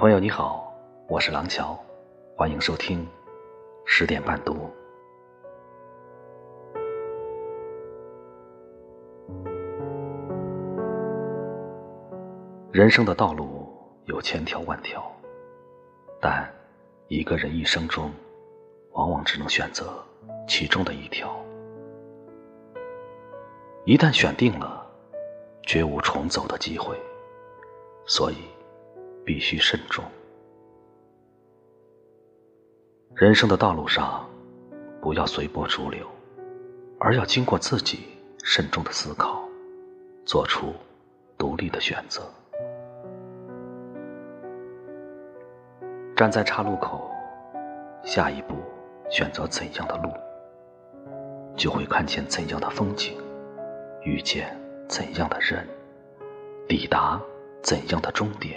朋友你好，我是廊桥，欢迎收听10点半读。人生的道路有千条万条，但一个人一生中往往只能选择其中的一条。一旦选定了，绝无重走的机会，所以必须慎重。人生的道路上，不要随波逐流，而要经过自己慎重的思考，做出独立的选择。站在岔路口，下一步选择怎样的路，就会看见怎样的风景，遇见怎样的人，抵达怎样的终点。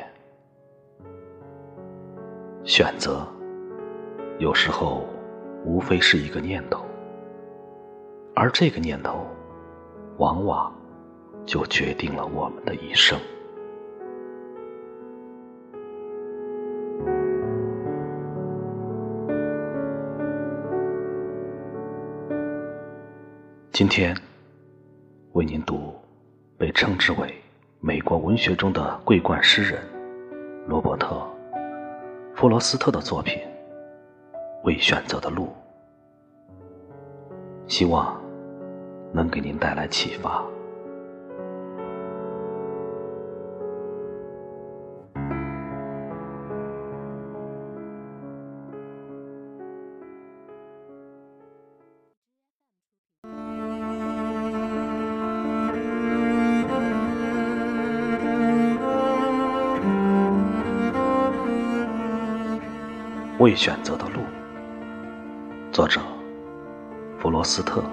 选择有时候无非是一个念头，而这个念头往往就决定了我们的一生。今天为您读被称之为美国文学中的桂冠诗人罗伯特·弗罗斯特的作品《未选择的路》，希望能给您带来启发。未选择的路，作者弗罗斯特。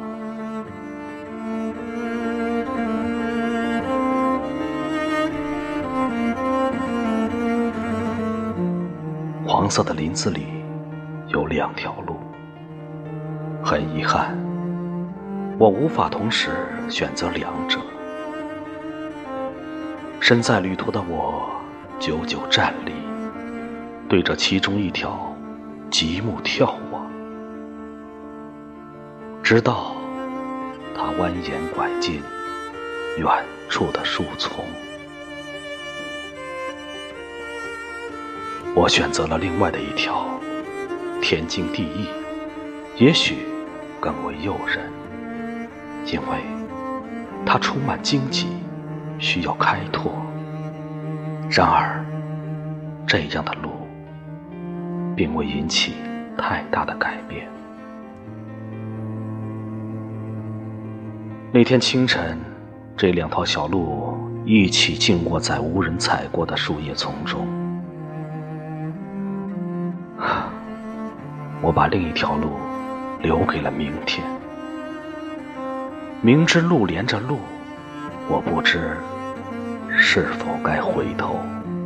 黄色的林子里有2条路，很遗憾，我无法同时选择2者。身在旅途的我久久站立，对着其中一条极目眺望，直到它蜿蜒拐进远处的树丛。我选择了另外的一条，天经地义，也许更为诱人，因为它充满荆棘，需要开拓。然而这样的路并未引起太大的改变。那天清晨，这2条小路一起静卧在无人踩过的树叶丛中。我把另一条路留给了明天。明知路连着路，我不知是否该回头。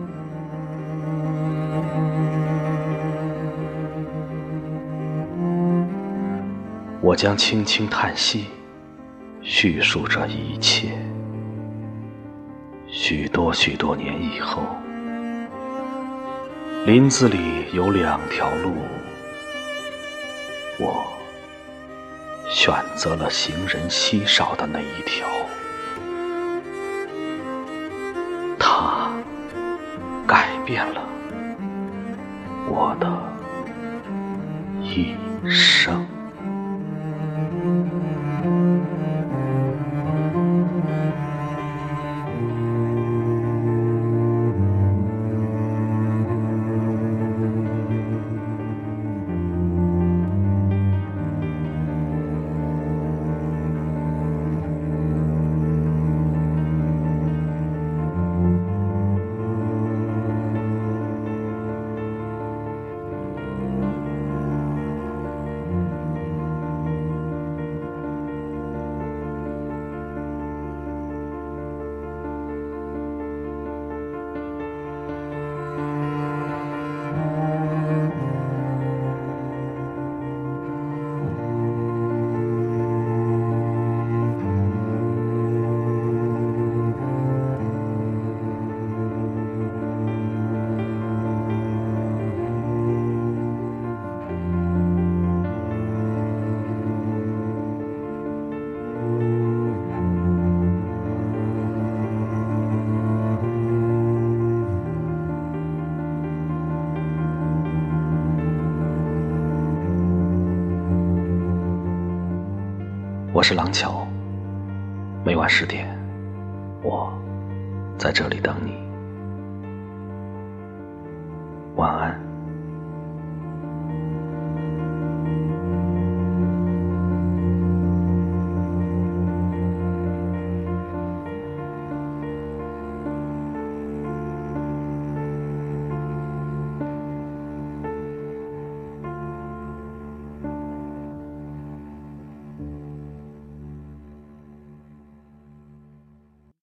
我将轻轻叹息，叙述着一切。许多许多年以后，林子里有2条路，我选择了行人稀少的那一条。它改变了我的一生。 我是廊桥，每晚10点，我在这里等你。晚安。